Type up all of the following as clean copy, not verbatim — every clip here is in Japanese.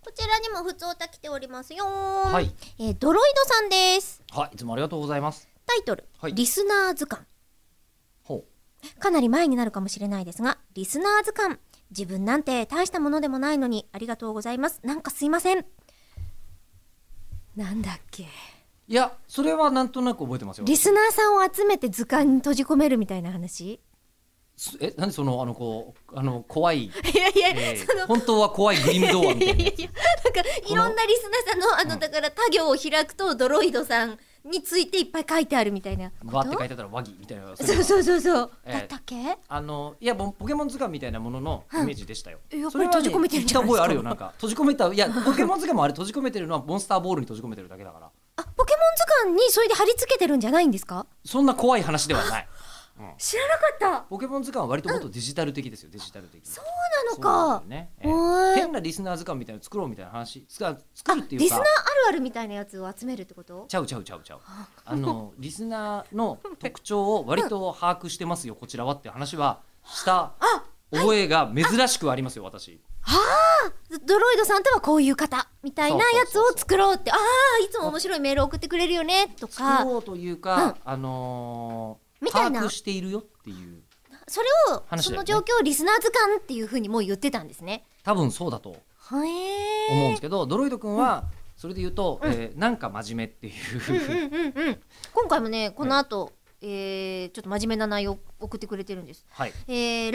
こちらにも普通歌来ておりますよ。 はい、 ドロイドさんです。 はい、いつもありがとうございます。 タイトル、 はい、 リスナー図鑑。 ほう。かなり前になるかもしれないですが、リスナー図鑑。自分なんて大したものでもないのにありがとうございます。なんかすいません。なんだっけ。 いや、それはなんとなく覚えてますよ。 リスナーさんを集めて図鑑に閉じ込めるみたいな話。 なんでその怖い、 いやいや、 本当は怖いグリム童話みたいなやつ。 なんかいろんなリスナーさんのだから他行を開くとドロイドさんについていっぱい書いてあるみたいな。 バーって書いてあったらワギみたいな。 そう、だったっけ？ いや、ポケモン図鑑みたいなもののイメージでしたよ。 やっぱり閉じ込めてるんじゃないですか。 聞いた覚えあるよ。なんか閉じ込めた、いやポケモン図鑑もあれ閉じ込めてるのはモンスターボールに閉じ込めてるだけだから。 ポケモン図鑑にそれで貼り付けてるんじゃないんですか？ そんな怖い話ではない。 知らなかった。 ポケモン図鑑は割ともっとデジタル的ですよ。デジタル的。 そうなのか。 変なリスナー図鑑みたいなの作ろうみたいな話。作るっていうか。 リスナーあるあるみたいなやつを集めるってこと？ ちゃう。リスナーの特徴を割と把握してますよ、こちらはって話はした覚えが珍しくありますよ、私。 ドロイドさんとはこういう方みたいなやつを作ろうって。いつも面白いメール送ってくれるよねとか。 作ろうというか、把握しているよっていう。 それを、その状況をリスナー図鑑っていうふうにもう言ってたんですね。 多分そうだと思うんですけど、ドロイド君はそれで言うと、なんか真面目っていう。 今回もね、この後、ちょっと真面目な内容を送ってくれてるんです。 はい。 来年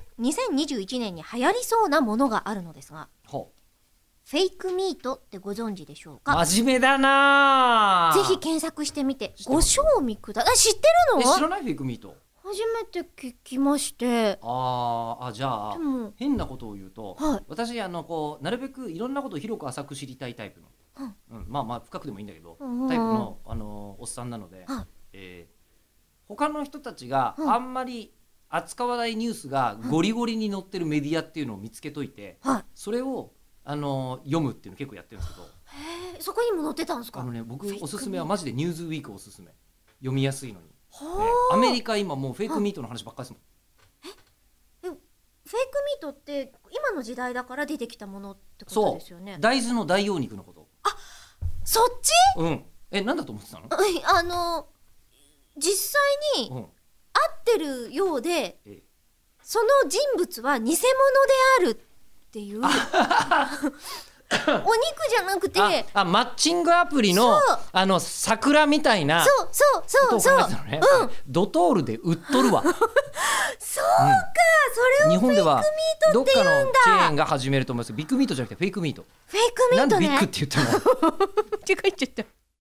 2021年に流行りそうなものがあるのですが、フェイクミートってご存知でしょうか？ 真面目だな。 ぜひ検索してみてご賞味ください。知ってるの？ 知らない。フェイクミート初めて聞きまして。 じゃあ変なことを言うと、私なるべくいろんなことを広く浅く知りたいタイプの、まあ深くでもいいんだけど、タイプのおっさんなので、他の人たちがあんまり扱わないニュースがゴリゴリに載ってるメディアっていうのを見つけといて、それを読むっていうの結構やってるんですけど。 そこにも載ってたんですか？ 僕おすすめはマジでニューズウィークおすすめ。読みやすいのに。アメリカ今もうフェイクミートの話ばっかりですもん。 フェイクミートって今の時代だから出てきたものってことですよね。 大豆の代用肉のこと。 そっち？ なんだと思ってたの？ 実際に合ってるようで、その人物は偽物であるっていう。お肉じゃなくて、 マッチングアプリの桜みたいなそうドトールで売っとるわ。 そうか、それをフェイクミートって言うんだ。 どっかのチェーンが始めると思います。ビッグミートじゃなくてフェイクミート。 フェイクミートね。 なんでビッグって言ったの？ 間違えちゃった。